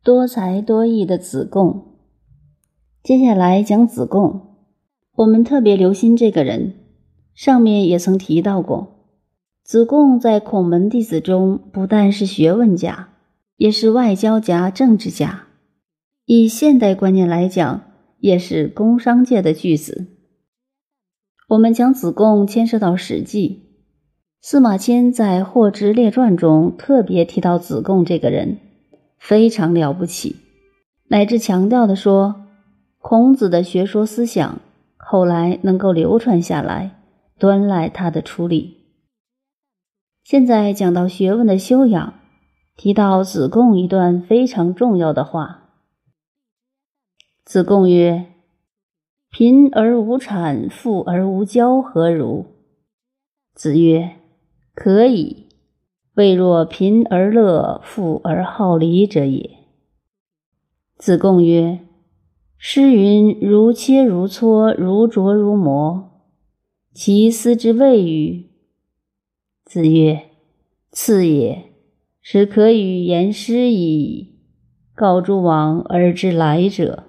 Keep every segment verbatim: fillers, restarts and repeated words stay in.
多才多艺的子贡。接下来讲子贡，我们特别留心这个人，上面也曾提到过，子贡在孔门弟子中不但是学问家，也是外交家、政治家，以现代观念来讲，也是工商界的巨子。我们讲子贡牵涉到史记，司马迁在《霍之列传》中特别提到子贡这个人，非常了不起，乃至强调的说，孔子的学说思想后来能够流传下来，端赖他的出力。现在讲到学问的修养，提到子贡一段非常重要的话。子贡曰：贫而无谄，富而无骄，何如？子曰：可以，未若贫而乐，富而好礼者也。子贡曰：诗云如切如磋，如琢如磨，其斯之谓与？子曰：次也，是可与言诗矣。告诸往而知来者。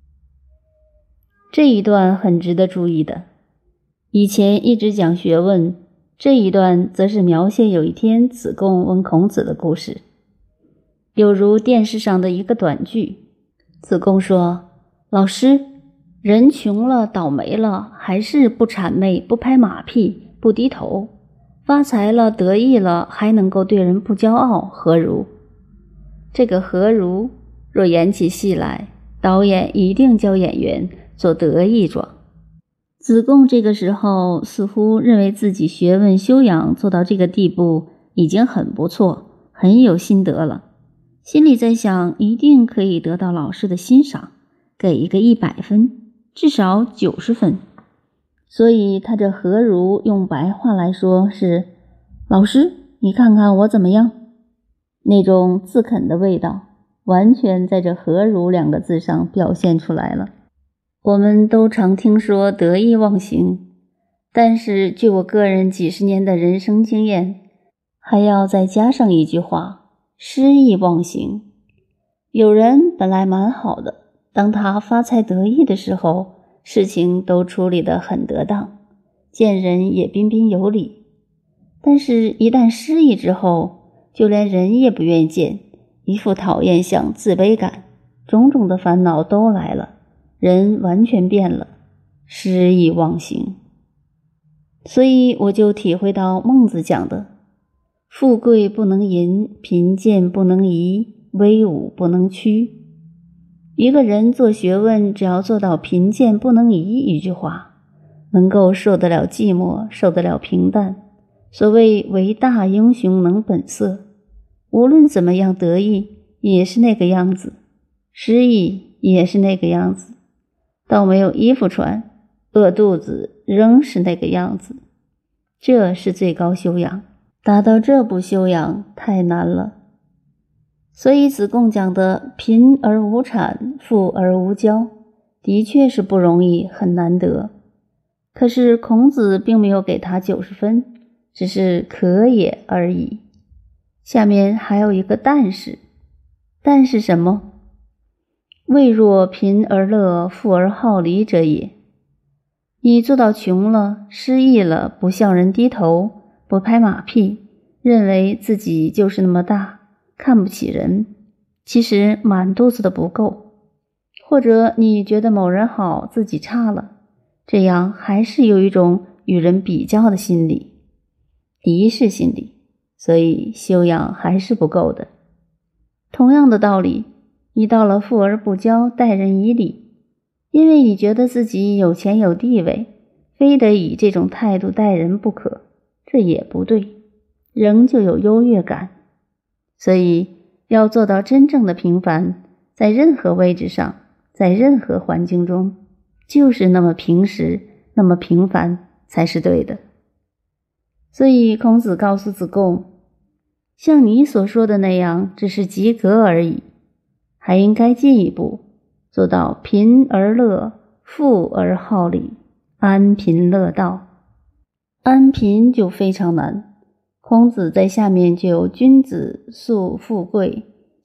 这一段很值得注意的，以前一直讲学问，这一段则是描写有一天子贡问孔子的故事，有如电视上的一个短剧。子贡说，老师，人穷了倒霉了，还是不谄媚，不拍马屁，不低头，发财了得意了，还能够对人不骄傲，何如？这个何如若演起戏来，导演一定教演员做得意状。子贡这个时候似乎认为自己学问修养做到这个地步已经很不错，很有心得了，心里在想一定可以得到老师的欣赏，给一个一百分，至少九十分。所以他这何如用白话来说是，老师你看看我怎么样，那种自肯的味道完全在这何如两个字上表现出来了。我们都常听说得意忘形，但是据我个人几十年的人生经验，还要再加上一句话，失意忘形。有人本来蛮好的，当他发财得意的时候，事情都处理得很得当，见人也彬彬有礼，但是一旦失意之后，就连人也不愿见，一副讨厌相，自卑感，种种的烦恼都来了，人完全变了，失意忘形。所以我就体会到孟子讲的，富贵不能淫，贫贱不能移，威武不能屈。一个人做学问，只要做到贫贱不能移一句话，能够受得了寂寞，受得了平淡，所谓为大英雄能本色，无论怎么样得意也是那个样子，失意也是那个样子，到没有衣服穿，饿肚子仍是那个样子。这是最高修养，达到这步修养太难了。所以子贡讲的贫而无谄，富而无骄，的确是不容易，很难得。可是孔子并没有给他九十分，只是可也而已。下面还有一个但是，但是什么？未若贫而乐，富而好礼者也。你做到穷了，失意了，不向人低头，不拍马屁，认为自己就是那么大，看不起人，其实满肚子的不够。或者你觉得某人好，自己差了，这样还是有一种与人比较的心理，敌视心理，所以修养还是不够的。同样的道理，你到了富而不骄，待人以礼，因为你觉得自己有钱有地位，非得以这种态度待人不可，这也不对，仍旧有优越感。所以要做到真正的平凡，在任何位置上，在任何环境中，就是那么平实，那么平凡才是对的。所以孔子告诉子贡，像你所说的那样只是及格而已，还应该进一步做到贫而乐，富而好礼，安贫乐道。安贫就非常难，孔子在下面就有君子、素、富贵、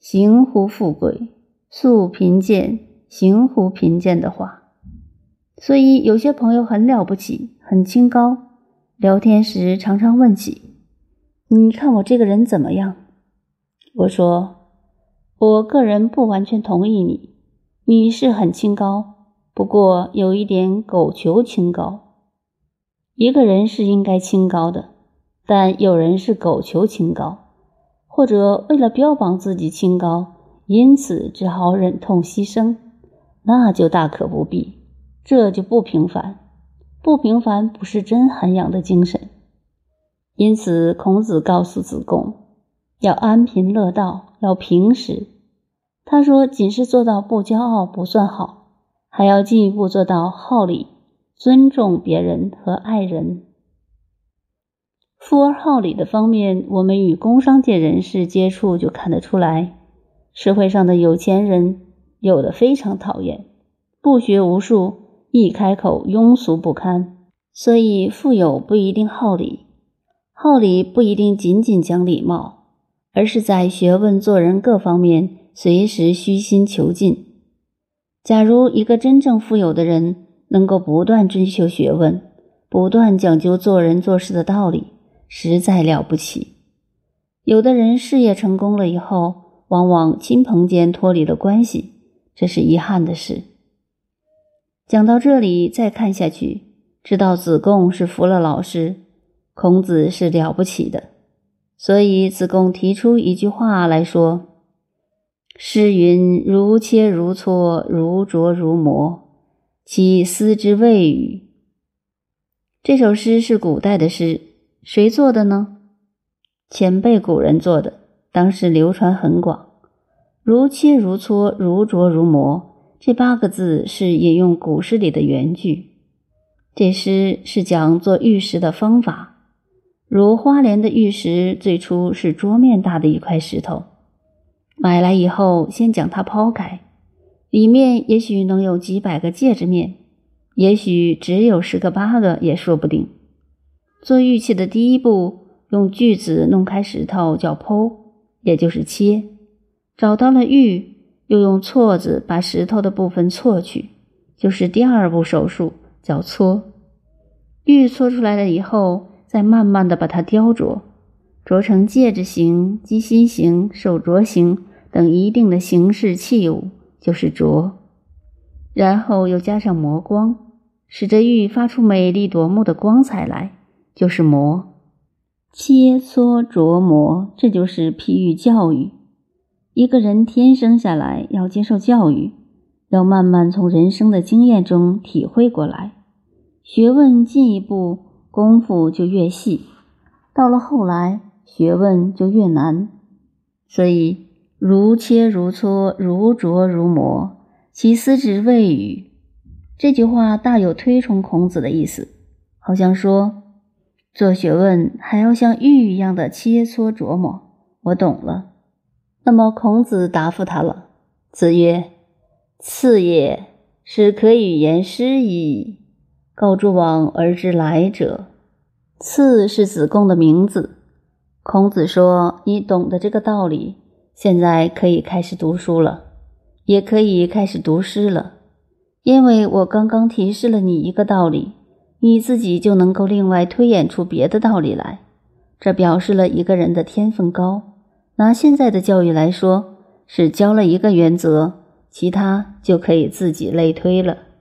行乎富贵，素贫贱，行乎贫贱的话。所以有些朋友很了不起，很清高，聊天时常常问起，你看我这个人怎么样？我说，我个人不完全同意你，你是很清高，不过有一点苟求清高。一个人是应该清高的，但有人是苟求清高，或者为了标榜自己清高，因此只好忍痛牺牲，那就大可不必，这就不平凡。不平凡不是真涵养的精神。因此孔子告诉子贡，要安贫乐道，要平时。他说仅是做到不骄傲不算好，还要进一步做到好礼，尊重别人和爱人。富而好礼的方面，我们与工商界人士接触就看得出来，社会上的有钱人有的非常讨厌，不学无术，一开口庸俗不堪。所以富有不一定好礼，好礼不一定仅仅讲礼貌，而是在学问做人各方面随时虚心求进。假如一个真正富有的人能够不断追求学问，不断讲究做人做事的道理，实在了不起。有的人事业成功了以后，往往亲朋间脱离了关系，这是遗憾的事。讲到这里再看下去，知道子贡是服了老师，孔子是了不起的。所以子贡提出一句话来说，诗云，如切如磋，如琢如磨，其斯之谓与？这首诗是古代的诗，谁做的呢？前辈古人做的，当时流传很广。如切如磋，如琢如磨，这八个字是引用古诗里的原句。这诗是讲做玉石的方法，如花莲的玉石最初是桌面大的一块石头，买来以后先将它抛开，里面也许能有几百个戒指面，也许只有十个八个也说不定。做玉器的第一步，用锯子弄开石头叫剖，也就是切，找到了玉，又用锉子把石头的部分锉去，就是第二步手术，叫搓。玉搓出来了以后，再慢慢的把它雕琢，琢成戒指形、鸡心形、手镯形等一定的形式器物，就是琢。然后又加上磨光，使这玉发出美丽夺目的光彩来，就是磨。切磋琢磨，这就是譬喻教育。一个人天生下来要接受教育，要慢慢从人生的经验中体会过来，学问进一步，功夫就越细，到了后来学问就越难。所以如切如磋，如琢如磨，其斯之谓与？这句话大有推崇孔子的意思，好像说做学问还要像玉一样的切磋琢磨。我懂了。那么孔子答复他了，子曰，次也，是可与言诗矣，告诸往而知来者。次是子贡的名字。孔子说，你懂得这个道理，现在可以开始读书了，也可以开始读诗了，因为我刚刚提示了你一个道理，你自己就能够另外推演出别的道理来，这表示了一个人的天分高。拿现在的教育来说，是教了一个原则，其他就可以自己类推了。